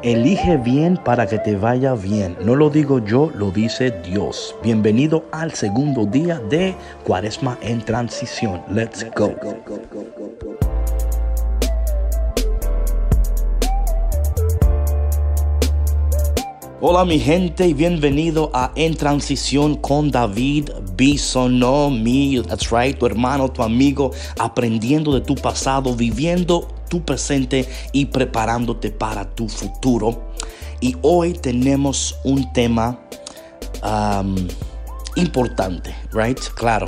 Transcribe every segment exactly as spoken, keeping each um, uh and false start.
Elige bien para que te vaya bien. No lo digo yo, lo dice Dios. Bienvenido al segundo día de Cuaresma en Transición. Let's go. Hola mi gente y bienvenido a En Transición con David Bisonó. That's right, tu hermano, tu amigo, aprendiendo de tu pasado, viviendo tu presente y preparándote para tu futuro. Y hoy tenemos un tema um, importante, right? Claro.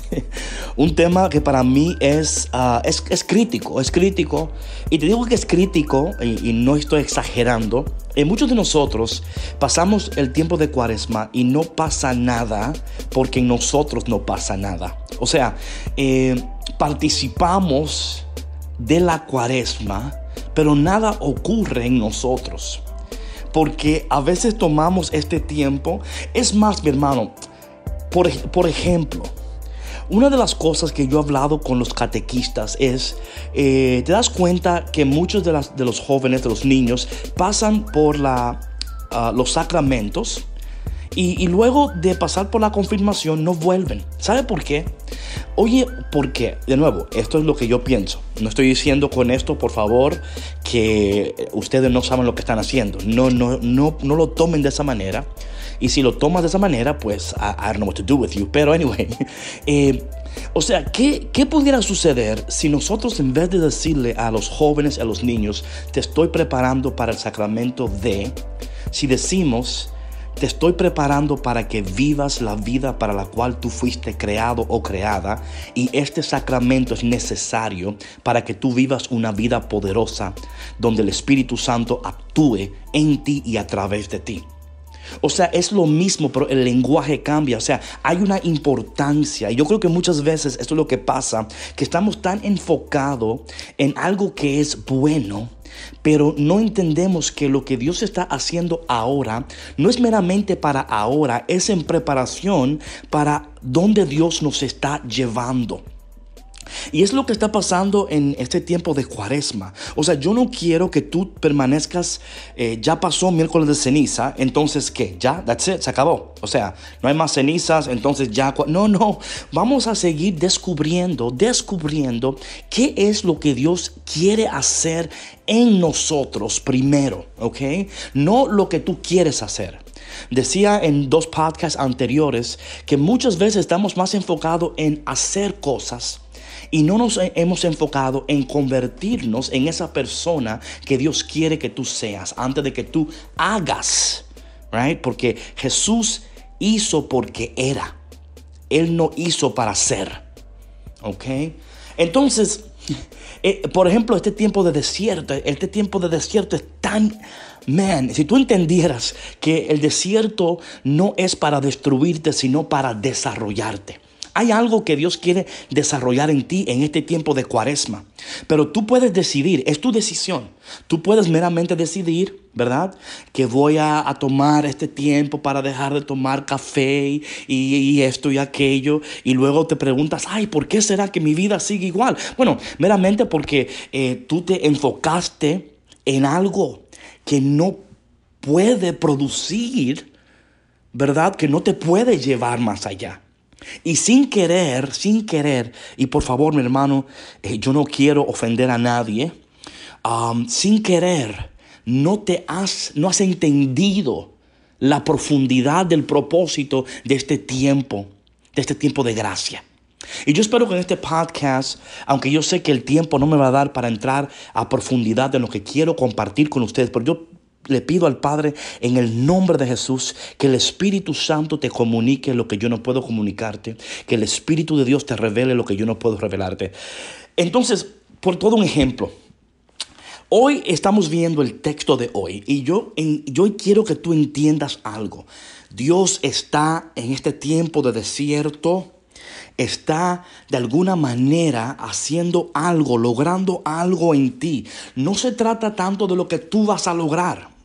Un tema que para mí es, uh, es, es crítico, es crítico. Y te digo que es crítico, y, y no estoy exagerando. Eh, muchos de nosotros pasamos el tiempo de Cuaresma y no pasa nada porque en nosotros no pasa nada. O sea, eh, participamos de la Cuaresma, pero nada ocurre en nosotros. Porque a veces tomamos este tiempo. Es más, mi hermano, por, por ejemplo, una de las cosas que yo he hablado con los catequistas es, eh, te das cuenta que muchos de, las, de los jóvenes, de los niños, pasan por la, uh, los sacramentos y, y luego de pasar por la confirmación no vuelven. ¿Sabe por qué? Oye, ¿por qué? De nuevo, esto es lo que yo pienso. No estoy diciendo con esto, por favor, que ustedes no saben lo que están haciendo. No, no, no, no lo tomen de esa manera. Y si lo tomas de esa manera, pues I, I don't know what to do with you. Pero anyway, eh, o sea, ¿qué, ¿qué pudiera suceder si nosotros, en vez de decirle a los jóvenes, a los niños, te estoy preparando para el sacramento de, si decimos, te estoy preparando para que vivas la vida para la cual tú fuiste creado o creada, y este sacramento es necesario para que tú vivas una vida poderosa donde el Espíritu Santo actúe en ti y a través de ti? O sea, es lo mismo, pero el lenguaje cambia. O sea, hay una importancia. Y yo creo que muchas veces esto es lo que pasa, que estamos tan enfocados en algo que es bueno, pero no entendemos que lo que Dios está haciendo ahora no es meramente para ahora, es en preparación para donde Dios nos está llevando. Y es lo que está pasando en este tiempo de Cuaresma. O sea, yo no quiero que tú permanezcas, eh, ya pasó miércoles de ceniza, entonces ¿qué? Ya, that's it, se acabó. O sea, no hay más cenizas, entonces ya... No, no, vamos a seguir descubriendo, descubriendo qué es lo que Dios quiere hacer en nosotros primero, ¿ok? No lo que tú quieres hacer. Decía en dos podcasts anteriores que muchas veces estamos más enfocados en hacer cosas y no nos hemos enfocado en convertirnos en esa persona que Dios quiere que tú seas antes de que tú hagas, right? Porque Jesús hizo porque era. Él no hizo para ser, ¿ok? Entonces, eh, por ejemplo, este tiempo de desierto, este tiempo de desierto es tan... Man, si tú entendieras que el desierto no es para destruirte, sino para desarrollarte. Hay algo que Dios quiere desarrollar en ti en este tiempo de Cuaresma. Pero tú puedes decidir, es tu decisión. Tú puedes meramente decidir, ¿verdad? Que voy a, a tomar este tiempo para dejar de tomar café y, y esto y aquello. Y luego te preguntas, ay, ¿por qué será que mi vida sigue igual? Bueno, meramente porque eh, tú te enfocaste en algo que no puede producir, ¿verdad? Que no te puede llevar más allá. Y sin querer, sin querer, y por favor, mi hermano, eh, yo no quiero ofender a nadie, um, sin querer, no te has, no has entendido la profundidad del propósito de este tiempo, de este tiempo de gracia. Y yo espero que en este podcast, aunque yo sé que el tiempo no me va a dar para entrar a profundidad de lo que quiero compartir con ustedes, pero yo le pido al Padre en el nombre de Jesús que el Espíritu Santo te comunique lo que yo no puedo comunicarte, que el Espíritu de Dios te revele lo que yo no puedo revelarte. Entonces, por todo un ejemplo, hoy estamos viendo el texto de hoy y yo, en, yo quiero que tú entiendas algo. Dios está en este tiempo de desierto, está de alguna manera haciendo algo, logrando algo en ti. No se trata tanto de lo que tú vas a lograr.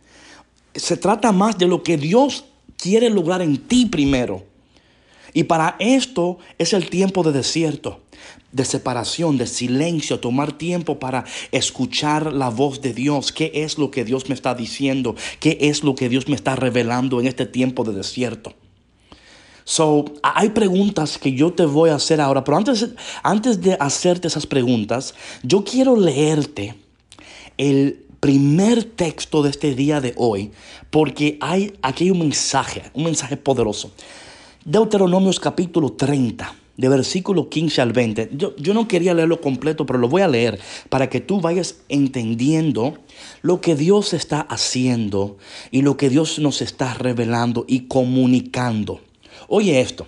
Se trata más de lo que Dios quiere lograr en ti primero. Y para esto es el tiempo de desierto. de separación, de silencio, tomar tiempo para escuchar la voz de Dios. ¿Qué es lo que Dios me está diciendo? ¿Qué es lo que Dios me está revelando en este tiempo de desierto? So, hay preguntas que yo te voy a hacer ahora, pero antes, antes de hacerte esas preguntas, yo quiero leerte el primer texto de este día de hoy, porque hay aquí hay un mensaje, un mensaje poderoso. Deuteronomios capítulo treinta, de versículo quince al veinte. Yo, yo no quería leerlo completo, pero lo voy a leer para que tú vayas entendiendo lo que Dios está haciendo y lo que Dios nos está revelando y comunicando. Oye esto,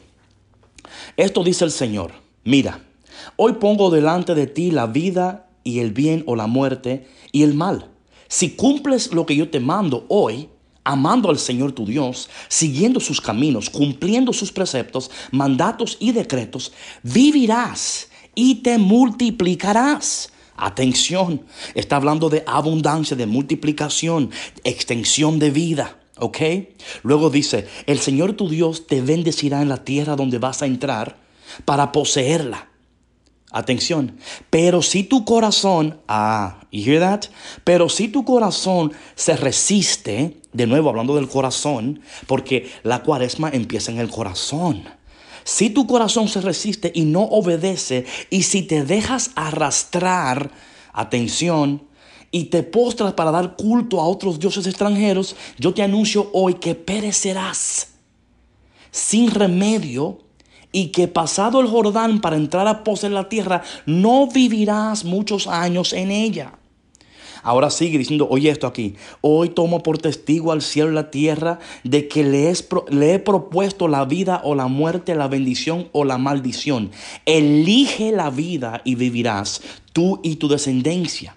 esto dice el Señor: mira, hoy pongo delante de ti la vida y el bien o la muerte y el mal. Si cumples lo que yo te mando hoy, amando al Señor tu Dios, siguiendo sus caminos, cumpliendo sus preceptos, mandatos y decretos, vivirás y te multiplicarás. Atención, está hablando de abundancia, de multiplicación, extensión de vida. ¿Ok? Luego dice, el Señor tu Dios te bendecirá en la tierra donde vas a entrar para poseerla. Atención, pero si tu corazón, ah, you hear that? Pero si tu corazón se resiste, de nuevo hablando del corazón, porque la cuaresma empieza en el corazón. Si tu corazón se resiste y no obedece, y si te dejas arrastrar, atención, y te postras para dar culto a otros dioses extranjeros, yo te anuncio hoy que perecerás sin remedio, y que pasado el Jordán para entrar a poseer la tierra, no vivirás muchos años en ella. Ahora sigue diciendo, oye esto aquí: hoy tomo por testigo al cielo y la tierra de que le, es, le he propuesto la vida o la muerte, la bendición o la maldición. Elige la vida y vivirás, tú y tu descendencia,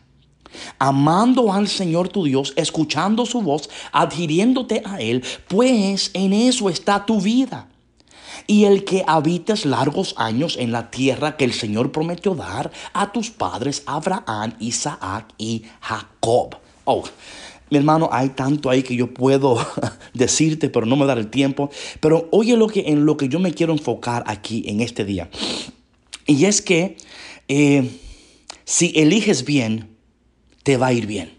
amando al Señor tu Dios, escuchando su voz, adhiriéndote a Él, pues en eso está tu vida. Y el que habites largos años en la tierra que el Señor prometió dar a tus padres Abraham, Isaac y Jacob. Oh, mi hermano, hay tanto ahí que yo puedo decirte, pero no me da el tiempo. Pero oye lo que, en lo que yo me quiero enfocar aquí en este día. Y es que eh, si eliges bien, te va a ir bien.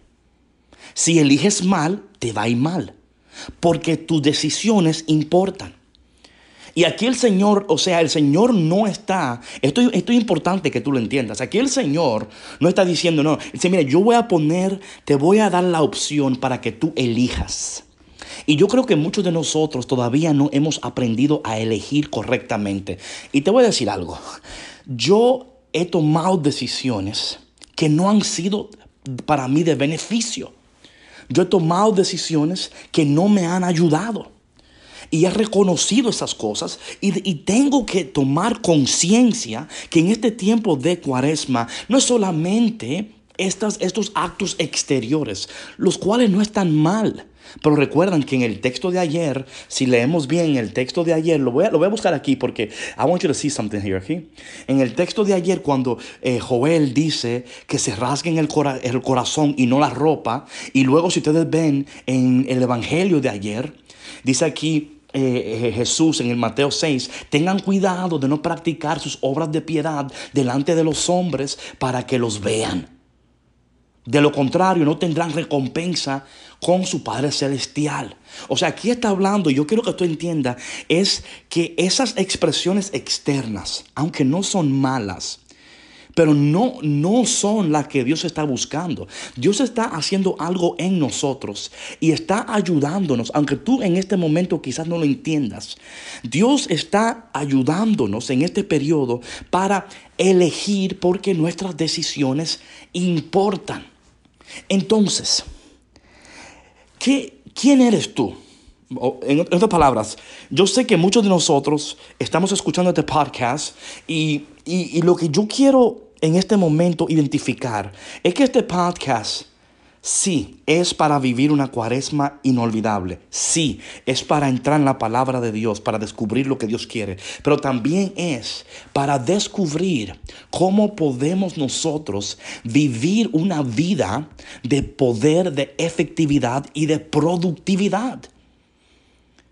Si eliges mal, te va a ir mal. Porque tus decisiones importan. Y aquí el Señor, o sea, el Señor no está, esto, esto es importante que tú lo entiendas. Aquí el Señor no está diciendo, no, dice, mira, yo voy a poner, te voy a dar la opción para que tú elijas. Y yo creo que muchos de nosotros todavía no hemos aprendido a elegir correctamente. Y te voy a decir algo, yo he tomado decisiones que no han sido para mí de beneficio. Yo he tomado decisiones que no me han ayudado. Y he reconocido esas cosas y, y tengo que tomar conciencia que en este tiempo de cuaresma no es solamente estas, estos actos exteriores, los cuales no están mal. Pero recuerdan que en el texto de ayer, si leemos bien el texto de ayer, lo voy a, lo voy a buscar aquí porque I want you to see something here, okay? En el texto de ayer, cuando eh, Joel dice que se rasguen el, cora, el corazón y no la ropa, y luego si ustedes ven en el evangelio de ayer, dice aquí, Eh, Jesús en el Mateo seis, tengan cuidado de no practicar sus obras de piedad delante de los hombres para que los vean. De lo contrario, no tendrán recompensa con su Padre Celestial. O sea, aquí está hablando, y yo quiero que tú entiendas, es que esas expresiones externas, aunque no son malas, pero no, no son las que Dios está buscando. Dios está haciendo algo en nosotros y está ayudándonos, aunque tú en este momento quizás no lo entiendas. Dios está ayudándonos en este periodo para elegir, porque nuestras decisiones importan. Entonces, ¿qué, ¿quién eres tú? En otras palabras, yo sé que muchos de nosotros estamos escuchando este podcast y, y, y lo que yo quiero en este momento identificar es que este podcast sí es para vivir una cuaresma inolvidable. Sí, es para entrar en la palabra de Dios, para descubrir lo que Dios quiere. Pero también es para descubrir cómo podemos nosotros vivir una vida de poder, de efectividad y de productividad.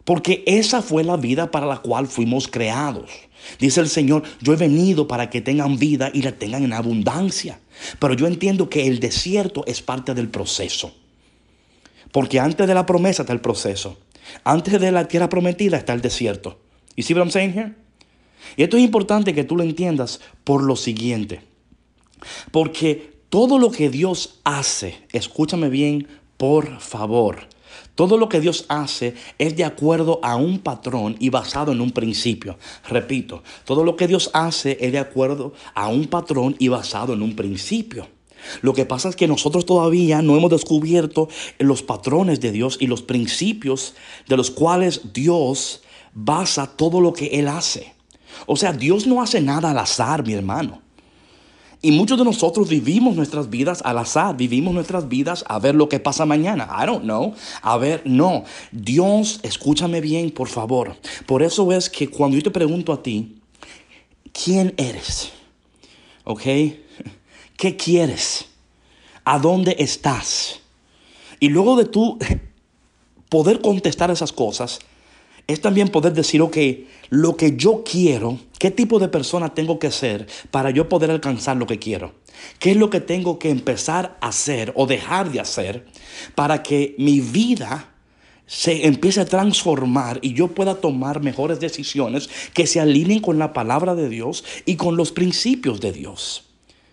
Porque esa fue la vida para la cual fuimos creados. Dice el Señor, yo he venido para que tengan vida y la tengan en abundancia. Pero yo entiendo que el desierto es parte del proceso. Porque antes de la promesa está el proceso. Antes de la tierra prometida está el desierto. You see what I'm saying here? Y esto es importante que tú lo entiendas por lo siguiente. Porque todo lo que Dios hace, escúchame bien, por favor. Todo lo que Dios hace es de acuerdo a un patrón y basado en un principio. Repito, todo lo que Dios hace es de acuerdo a un patrón y basado en un principio. Lo que pasa es que nosotros todavía no hemos descubierto los patrones de Dios y los principios de los cuales Dios basa todo lo que Él hace. O sea, Dios no hace nada al azar, mi hermano. Y muchos de nosotros vivimos nuestras vidas al azar, vivimos nuestras vidas a ver lo que pasa mañana. I don't know. A ver, no. Dios, escúchame bien, por favor. Por eso es que cuando yo te pregunto a ti, ¿quién eres? ¿Ok? ¿Qué quieres? ¿A dónde estás? Y luego de tú poder contestar esas cosas, es también poder decir, ok, lo que yo quiero, qué tipo de persona tengo que ser para yo poder alcanzar lo que quiero. ¿Qué es lo que tengo que empezar a hacer o dejar de hacer para que mi vida se empiece a transformar y yo pueda tomar mejores decisiones que se alineen con la palabra de Dios y con los principios de Dios?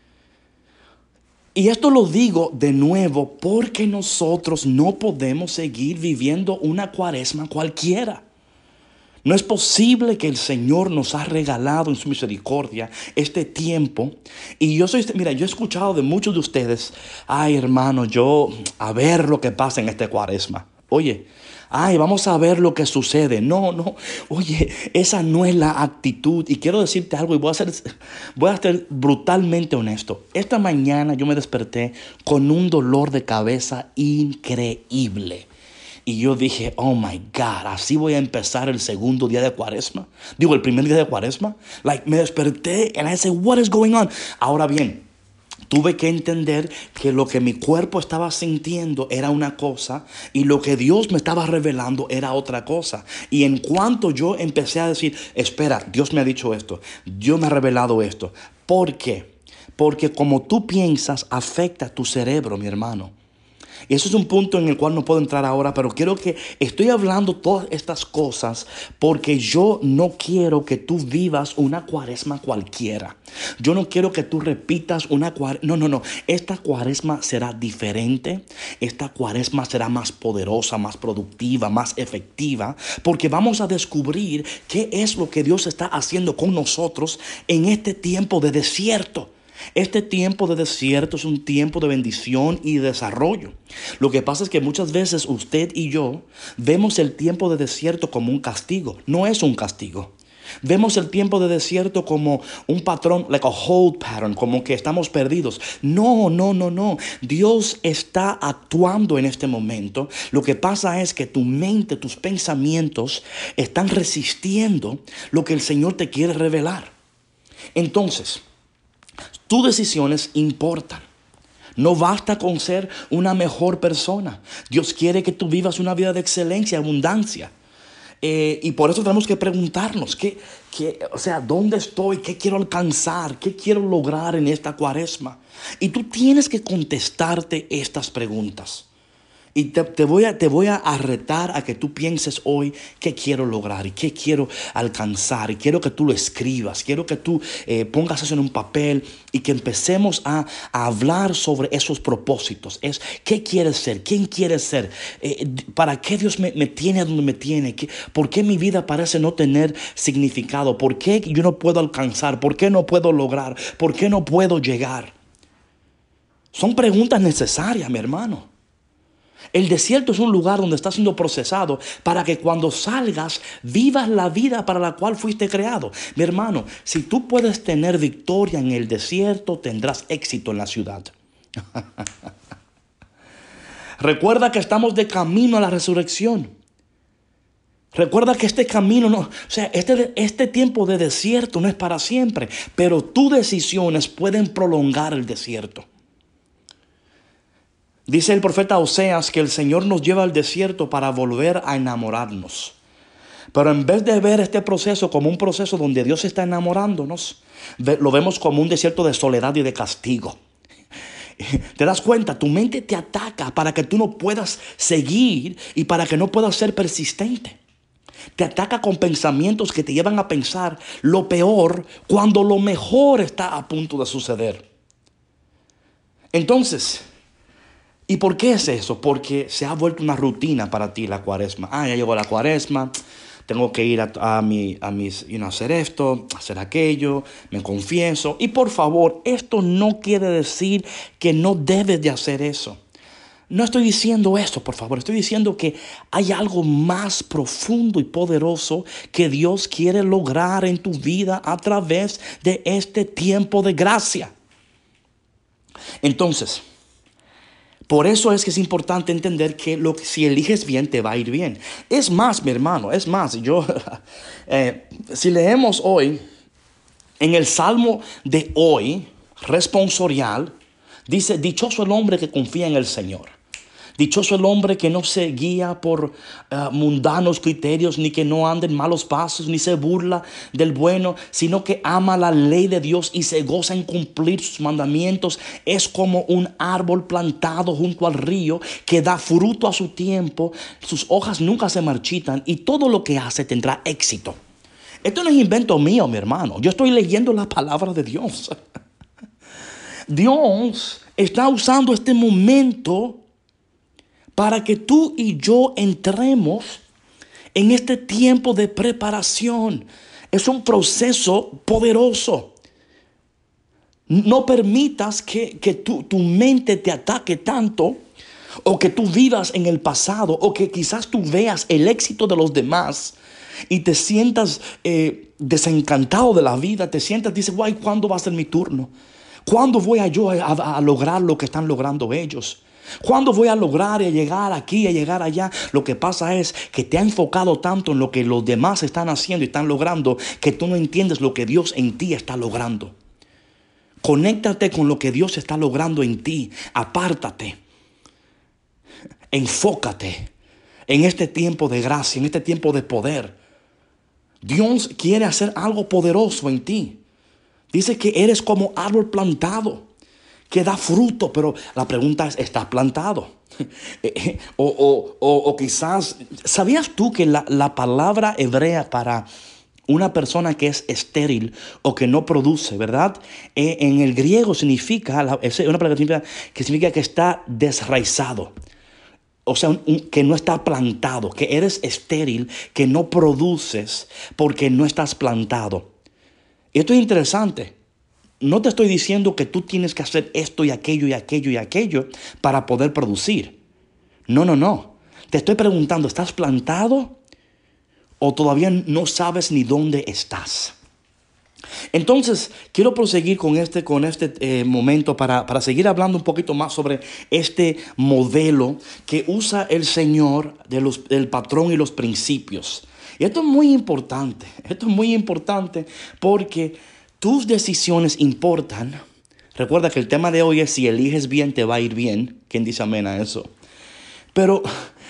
Y esto lo digo de nuevo porque nosotros no podemos seguir viviendo una cuaresma cualquiera. No es posible que el Señor nos ha regalado en su misericordia este tiempo. Y yo soy, mira, yo he escuchado de muchos de ustedes, ay hermano, yo a ver lo que pasa en este cuaresma. Oye, ay, vamos a ver lo que sucede. No, no, oye, esa no es la actitud. Y quiero decirte algo y voy a ser, voy a ser brutalmente honesto. Esta mañana yo me desperté con un dolor de cabeza increíble. Y yo dije, oh my God, así voy a empezar el segundo día de cuaresma. Digo, el primer día de cuaresma. Like, me desperté and I said, what is going on? Ahora bien, tuve que entender que lo que mi cuerpo estaba sintiendo era una cosa y lo que Dios me estaba revelando era otra cosa. Y en cuanto yo empecé a decir, espera, Dios me ha dicho esto, Dios me ha revelado esto. ¿Por qué? Porque como tú piensas afecta tu cerebro, mi hermano. Y eso es un punto en el cual no puedo entrar ahora, pero quiero que estoy hablando todas estas cosas porque yo no quiero que tú vivas una cuaresma cualquiera. Yo no quiero que tú repitas una cuaresma. No, no, no. Esta cuaresma será diferente. Esta cuaresma será más poderosa, más productiva, más efectiva, porque vamos a descubrir qué es lo que Dios está haciendo con nosotros en este tiempo de desierto. Este tiempo de desierto es un tiempo de bendición y desarrollo. Lo que pasa es que muchas veces usted y yo vemos el tiempo de desierto como un castigo. No es un castigo. Vemos el tiempo de desierto como un patrón, like a hold pattern, como que estamos perdidos. No, no, no, no. Dios está actuando en este momento. Lo que pasa es que tu mente, tus pensamientos están resistiendo lo que el Señor te quiere revelar. Entonces, tus decisiones importan. No basta con ser una mejor persona. Dios quiere que tú vivas una vida de excelencia, abundancia. Eh, y por eso tenemos que preguntarnos, ¿qué, qué, o sea, ¿dónde estoy? ¿Qué quiero alcanzar? ¿Qué quiero lograr en esta cuaresma? Y tú tienes que contestarte estas preguntas. Y te, te, voy a, te voy a retar a que tú pienses hoy qué quiero lograr y qué quiero alcanzar. Y quiero que tú lo escribas. Quiero que tú eh, pongas eso en un papel y que empecemos a, a hablar sobre esos propósitos. Es qué quieres ser, quién quieres ser, eh, para qué Dios me, me tiene donde me tiene, ¿Qué, por qué mi vida parece no tener significado, por qué yo no puedo alcanzar, por qué no puedo lograr, por qué no puedo llegar. Son preguntas necesarias, mi hermano. El desierto es un lugar donde estás siendo procesado para que cuando salgas vivas la vida para la cual fuiste creado. Mi hermano, si tú puedes tener victoria en el desierto, tendrás éxito en la ciudad. Recuerda que estamos de camino a la resurrección. Recuerda que este camino, no, o sea, este, este tiempo de desierto no es para siempre, pero tus decisiones pueden prolongar el desierto. Dice el profeta Oseas que el Señor nos lleva al desierto para volver a enamorarnos. Pero en vez de ver este proceso como un proceso donde Dios está enamorándonos, lo vemos como un desierto de soledad y de castigo. ¿Te das cuenta? Tu mente te ataca para que tú no puedas seguir y para que no puedas ser persistente. Te ataca con pensamientos que te llevan a pensar lo peor cuando lo mejor está a punto de suceder. Entonces, ¿y por qué es eso? Porque se ha vuelto una rutina para ti la cuaresma. Ah, ya llegó la cuaresma, tengo que ir a, a, mi, a mis, you know, hacer esto, hacer aquello, me confieso. Y por favor, esto no quiere decir que no debes de hacer eso. No estoy diciendo eso, por favor. Estoy diciendo que hay algo más profundo y poderoso que Dios quiere lograr en tu vida a través de este tiempo de gracia. Entonces, por eso es que es importante entender que lo que, si eliges bien, te va a ir bien. Es más, mi hermano, es más. Yo, eh, si leemos hoy, en el Salmo de hoy, responsorial, dice, dichoso el hombre que confía en el Señor. Dichoso el hombre que no se guía por uh, mundanos criterios, ni que no ande en malos pasos, ni se burla del bueno, sino que ama la ley de Dios y se goza en cumplir sus mandamientos. Es como un árbol plantado junto al río que da fruto a su tiempo, sus hojas nunca se marchitan y todo lo que hace tendrá éxito. Esto no es invento mío, mi hermano. Yo estoy leyendo la palabra de Dios. Dios está usando este momento para que tú y yo entremos en este tiempo de preparación. Es un proceso poderoso. No permitas que, que tu, tu mente te ataque tanto, o que tú vivas en el pasado, o que quizás tú veas el éxito de los demás y te sientas eh, desencantado de la vida. Te sientas, dices, guay, ¿cuándo va a ser mi turno? ¿Cuándo voy a yo a, a, a lograr lo que están logrando ellos? ¿Cuándo voy a lograr y a llegar aquí y a llegar allá? Lo que pasa es que te ha enfocado tanto en lo que los demás están haciendo y están logrando que tú no entiendes lo que Dios en ti está logrando. Conéctate con lo que Dios está logrando en ti. Apártate. Enfócate en este tiempo de gracia, en este tiempo de poder. Dios quiere hacer algo poderoso en ti. Dice que eres como árbol plantado, que da fruto, pero la pregunta es, ¿estás plantado? o, o, o, o quizás, ¿sabías tú que la, la palabra hebrea para una persona que es estéril o que no produce, ¿verdad? Eh, en el griego significa, la, es una palabra que significa, que significa que está desraizado. O sea, un, un, que no está plantado, que eres estéril, que no produces porque no estás plantado. Esto es interesante. No te estoy diciendo que tú tienes que hacer esto y aquello y aquello y aquello para poder producir. No, no, no. Te estoy preguntando, ¿estás plantado o todavía no sabes ni dónde estás? Entonces, quiero proseguir con este, con este eh, momento para, para seguir hablando un poquito más sobre este modelo que usa el Señor de los, del patrón y los principios. Y esto es muy importante. Esto es muy importante porque tus decisiones importan. Recuerda que el tema de hoy es si eliges bien te va a ir bien. ¿Quién dice amén a eso? Pero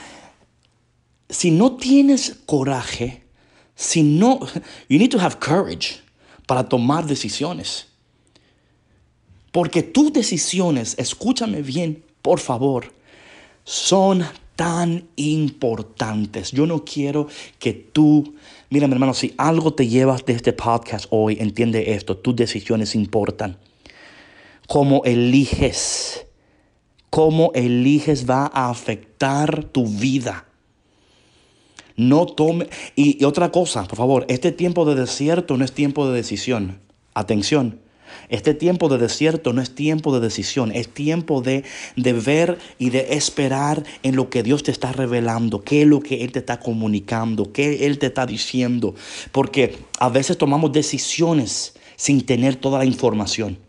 si no tienes coraje, si no, you need to have courage para tomar decisiones. Porque tus decisiones, escúchame bien, por favor, son tan importantes. Yo no quiero que tú, mira mi hermano, si algo te llevas de este podcast hoy, entiende esto, tus decisiones importan. Cómo eliges, cómo eliges va a afectar tu vida. No tome, y, y otra cosa, por favor, este tiempo de desierto no es tiempo de decisión. Atención. Este tiempo de desierto no es tiempo de decisión, es tiempo de, de ver y de esperar en lo que Dios te está revelando, qué es lo que Él te está comunicando, qué Él te está diciendo. Porque a veces tomamos decisiones sin tener toda la información.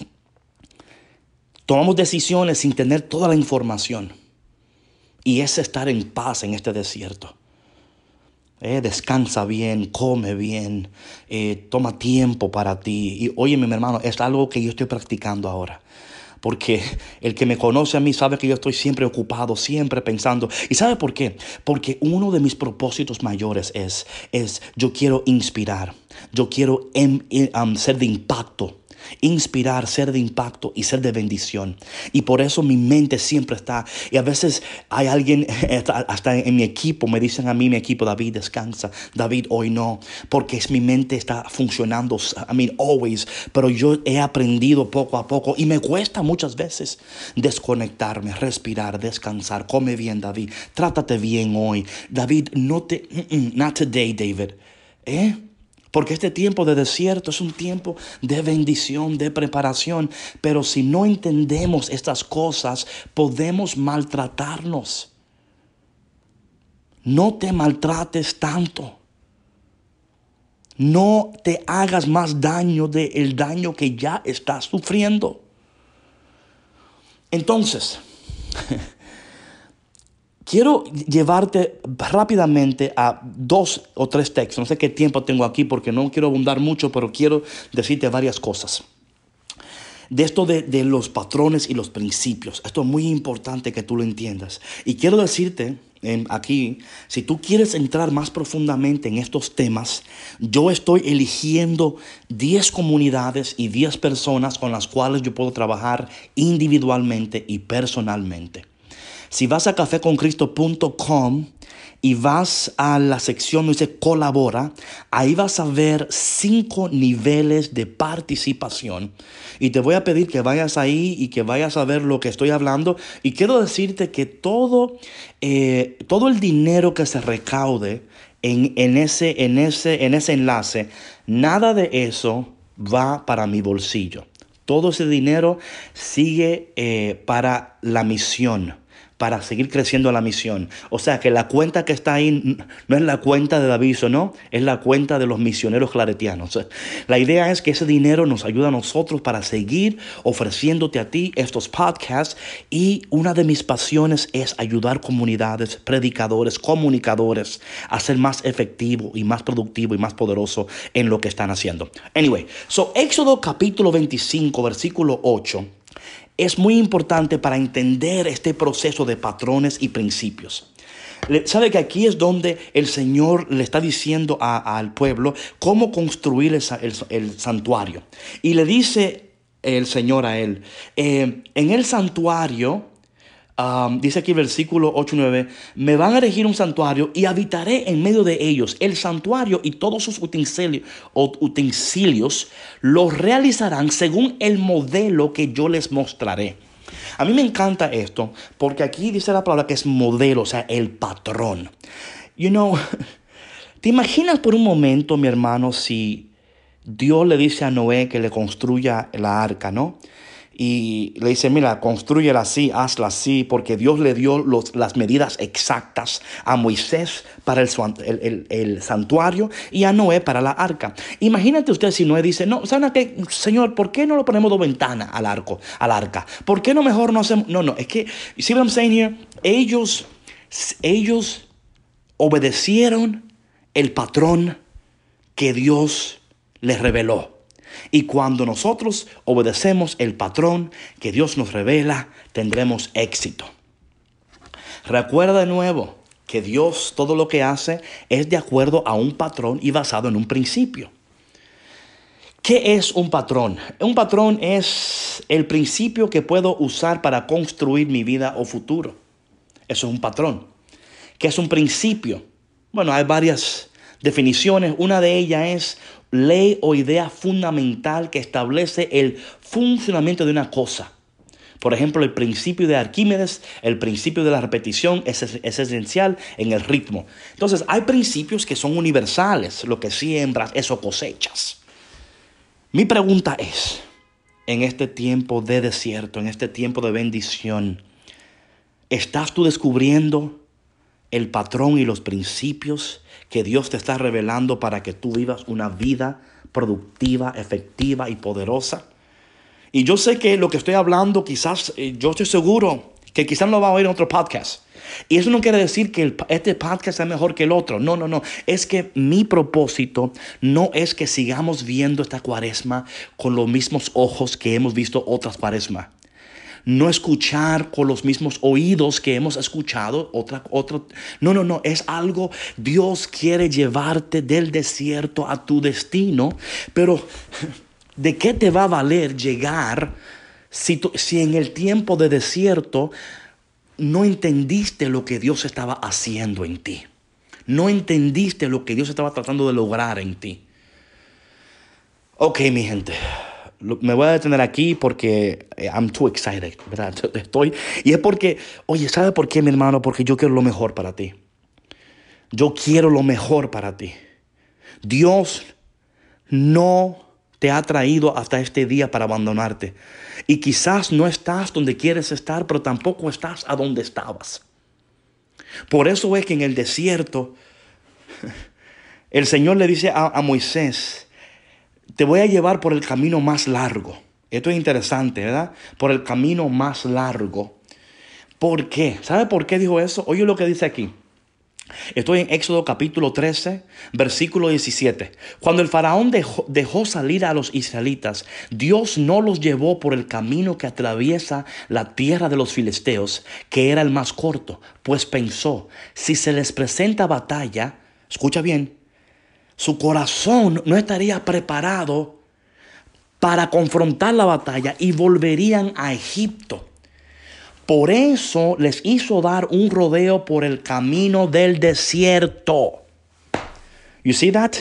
Tomamos decisiones sin tener toda la información. Y es estar en paz en este desierto. Eh, descansa bien, come bien, eh, toma tiempo para ti. Y oye, mi hermano, es algo que yo estoy practicando ahora. Porque el que me conoce a mí sabe que yo estoy siempre ocupado, siempre pensando. ¿Y sabe por qué? Porque uno de mis propósitos mayores es, es yo quiero inspirar, yo quiero em, em, um, ser de impacto. Inspirar, ser de impacto y ser de bendición. Y por eso mi mente siempre está. Y a veces hay alguien, hasta en mi equipo, me dicen a mí, mi equipo, David, descansa. David, hoy no. Porque es, mi mente está funcionando, I mean, always. Pero yo he aprendido poco a poco. Y me cuesta muchas veces desconectarme, respirar, descansar. Come bien, David. Trátate bien hoy. David, no te... Mm-mm, not today, David. ¿Eh? Porque este tiempo de desierto es un tiempo de bendición, de preparación. Pero si no entendemos estas cosas, podemos maltratarnos. No te maltrates tanto. No te hagas más daño del daño que ya estás sufriendo. Entonces, quiero llevarte rápidamente a dos o tres textos. No sé qué tiempo tengo aquí porque no quiero abundar mucho, pero quiero decirte varias cosas. De esto de, de los patrones y los principios. Esto es muy importante que tú lo entiendas. Y quiero decirte eh, aquí, si tú quieres entrar más profundamente en estos temas, yo estoy eligiendo diez comunidades y diez personas con las cuales yo puedo trabajar individualmente y personalmente. Si vas a café con cristo punto com y vas a la sección donde dice colabora, ahí vas a ver cinco niveles de participación. Y te voy a pedir que vayas ahí y que vayas a ver lo que estoy hablando. Y quiero decirte que todo, eh, todo el dinero que se recaude en, en, ese, en, ese, en ese enlace, nada de eso va para mi bolsillo. Todo ese dinero sigue eh, para la misión, para seguir creciendo la misión. O sea que la cuenta que está ahí no es la cuenta de David, no, es la cuenta de los misioneros claretianos. La idea es que ese dinero nos ayuda a nosotros para seguir ofreciéndote a ti estos podcasts. Y una de mis pasiones es ayudar comunidades, predicadores, comunicadores a ser más efectivo y más productivo y más poderoso en lo que están haciendo. Anyway, so Éxodo capítulo veinticinco, versículo ocho. Es muy importante para entender este proceso de patrones y principios. Sabe que aquí es donde el Señor le está diciendo a, al pueblo cómo construir el, el, el santuario. Y le dice el Señor a él, eh, en el santuario, um, dice aquí el versículo ocho y nueve, me van a erigir un santuario y habitaré en medio de ellos. El santuario y todos sus utensilios, utensilios los realizarán según el modelo que yo les mostraré. A mí me encanta esto porque aquí dice la palabra que es modelo, o sea, el patrón. You know, ¿te imaginas por un momento, mi hermano, si Dios le dice a Noé que le construya la arca, ¿no? Y le dice, mira, construyela así, hazla así, porque Dios le dio los, las medidas exactas a Moisés para el, el, el, el santuario y a Noé para la arca. Imagínate usted si Noé dice, no, ¿saben qué, Señor? ¿Por qué no le ponemos dos ventanas al arco, al arca? ¿Por qué no mejor no hacemos? No, no, es que, you see what I'm saying here? Ellos, ellos obedecieron el patrón que Dios les reveló. Y cuando nosotros obedecemos el patrón que Dios nos revela, tendremos éxito. Recuerda de nuevo que Dios todo lo que hace es de acuerdo a un patrón y basado en un principio. ¿Qué es un patrón? Un patrón es el principio que puedo usar para construir mi vida o futuro. Eso es un patrón. ¿Qué es un principio? Bueno, hay varias definiciones. Una de ellas es ley o idea fundamental que establece el funcionamiento de una cosa. Por ejemplo, el principio de Arquímedes, el principio de la repetición es, es esencial en el ritmo. Entonces, hay principios que son universales. Lo que siembras, eso cosechas. Mi pregunta es, en este tiempo de desierto, en este tiempo de bendición, ¿estás tú descubriendo el patrón y los principios que Dios te está revelando para que tú vivas una vida productiva, efectiva y poderosa? Y yo sé que lo que estoy hablando, quizás, eh, yo estoy seguro que quizás lo va a oír en otro podcast. Y eso no quiere decir que el, este podcast sea mejor que el otro. No, no, no. Es que mi propósito no es que sigamos viendo esta cuaresma con los mismos ojos que hemos visto otras cuaresmas. no escuchar con los mismos oídos que hemos escuchado otra, otro. No, no, no, es algo, Dios quiere llevarte del desierto a tu destino, pero ¿de qué te va a valer llegar si, tú, si en el tiempo de desierto no entendiste lo que Dios estaba haciendo en ti? No entendiste lo que Dios estaba tratando de lograr en ti. Ok, mi gente, me voy a detener aquí porque I'm too excited, ¿verdad? Estoy, y es porque, oye, ¿sabe por qué, mi hermano? Porque yo quiero lo mejor para ti. Yo quiero lo mejor para ti. Dios no te ha traído hasta este día para abandonarte. Y quizás no estás donde quieres estar, pero tampoco estás a donde estabas. Por eso es que en el desierto, el Señor le dice a, a Moisés, te voy a llevar por el camino más largo. Esto es interesante, ¿verdad? Por el camino más largo. ¿Por qué? ¿Sabe por qué dijo eso? Oye lo que dice aquí. Estoy en Éxodo capítulo trece, versículo diecisiete. Cuando el faraón dejó, dejó salir a los israelitas, Dios no los llevó por el camino que atraviesa la tierra de los filisteos, que era el más corto, pues pensó, si se les presenta batalla, escucha bien, su corazón no estaría preparado para confrontar la batalla y volverían a Egipto. Por eso les hizo dar un rodeo por el camino del desierto. You see that?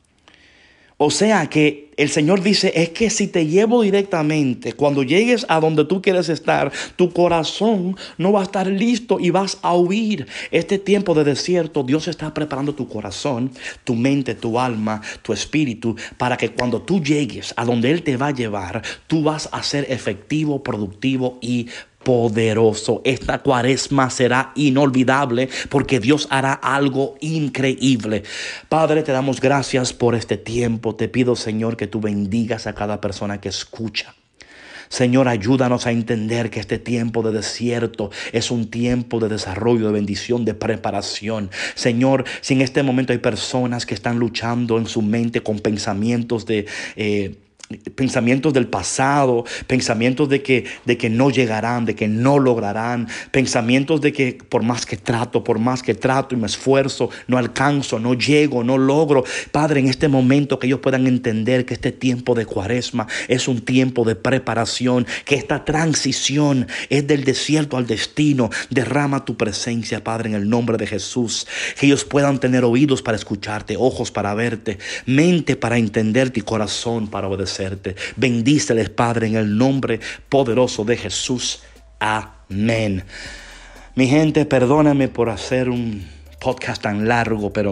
O sea que el Señor dice, es que si te llevo directamente, cuando llegues a donde tú quieres estar, tu corazón no va a estar listo y vas a huir. Este tiempo de desierto, Dios está preparando tu corazón, tu mente, tu alma, tu espíritu, para que cuando tú llegues a donde Él te va a llevar, tú vas a ser efectivo, productivo y poderoso. Esta cuaresma será inolvidable porque Dios hará algo increíble. Padre, te damos gracias por este tiempo. Te pido, Señor, que tú bendigas a cada persona que escucha. Señor, ayúdanos a entender que este tiempo de desierto es un tiempo de desarrollo, de bendición, de preparación. Señor, si en este momento hay personas que están luchando en su mente con pensamientos de... Eh, pensamientos del pasado, pensamientos de que, de que no llegarán, de que no lograrán, pensamientos de que por más que trato, por más que trato y me esfuerzo, no alcanzo, no llego, no logro. Padre, en este momento que ellos puedan entender que este tiempo de cuaresma es un tiempo de preparación, que esta transición es del desierto al destino. Derrama tu presencia, Padre, en el nombre de Jesús, que ellos puedan tener oídos para escucharte, ojos para verte, mente para entenderte y corazón para obedecer. Bendíceles, Padre, en el nombre poderoso de Jesús. Amén. Mi gente, perdóname por hacer un podcast tan largo, pero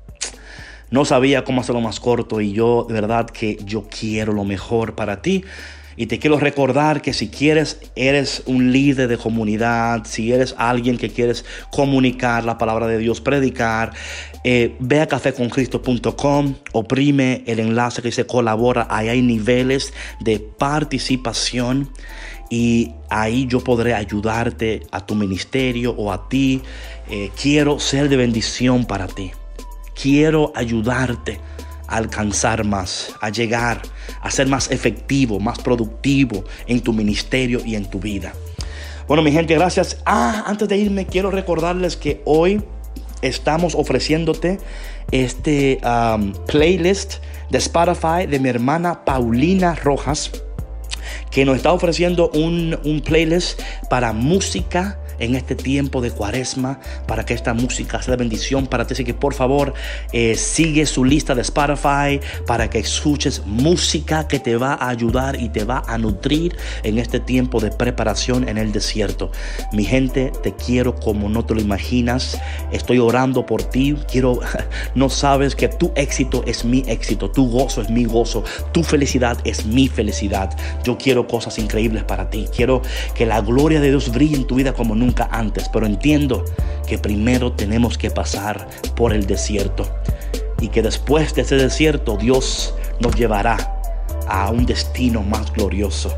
no sabía cómo hacerlo más corto y yo, de verdad que yo quiero lo mejor para ti. Y te quiero recordar que si quieres, eres un líder de comunidad, si eres alguien que quieres comunicar la palabra de Dios, predicar, eh, ve a café con cristo punto com, oprime el enlace que dice colabora, ahí hay niveles de participación y ahí yo podré ayudarte a tu ministerio o a ti. Eh, quiero ser de bendición para ti, quiero ayudarte a alcanzar más, a llegar, a ser más efectivo, más productivo en tu ministerio y en tu vida. Bueno, mi gente, gracias. Ah, antes de irme, quiero recordarles que hoy estamos ofreciéndote este um, playlist de Spotify de mi hermana Paulina Rojas, que nos está ofreciendo un, un playlist para música en este tiempo de cuaresma, para que esta música sea de bendición para ti. Así que por favor eh, sigue su lista de Spotify para que escuches música que te va a ayudar y te va a nutrir en este tiempo de preparación en el desierto. Mi gente, te quiero como no te lo imaginas. Estoy orando por ti. Quiero, no sabes que tu éxito es mi éxito, tu gozo es mi gozo, tu felicidad es mi felicidad. Yo quiero cosas increíbles para ti. Quiero que la gloria de Dios brille en tu vida como nunca antes, pero entiendo que primero tenemos que pasar por el desierto y que después de ese desierto Dios nos llevará a un destino más glorioso.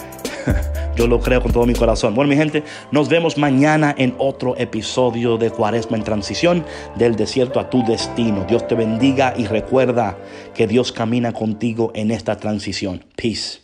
Yo lo creo con todo mi corazón. Bueno, mi gente, nos vemos mañana en otro episodio de Cuaresma en Transición, del desierto a tu destino. Dios te bendiga y recuerda que Dios camina contigo en esta transición. Peace.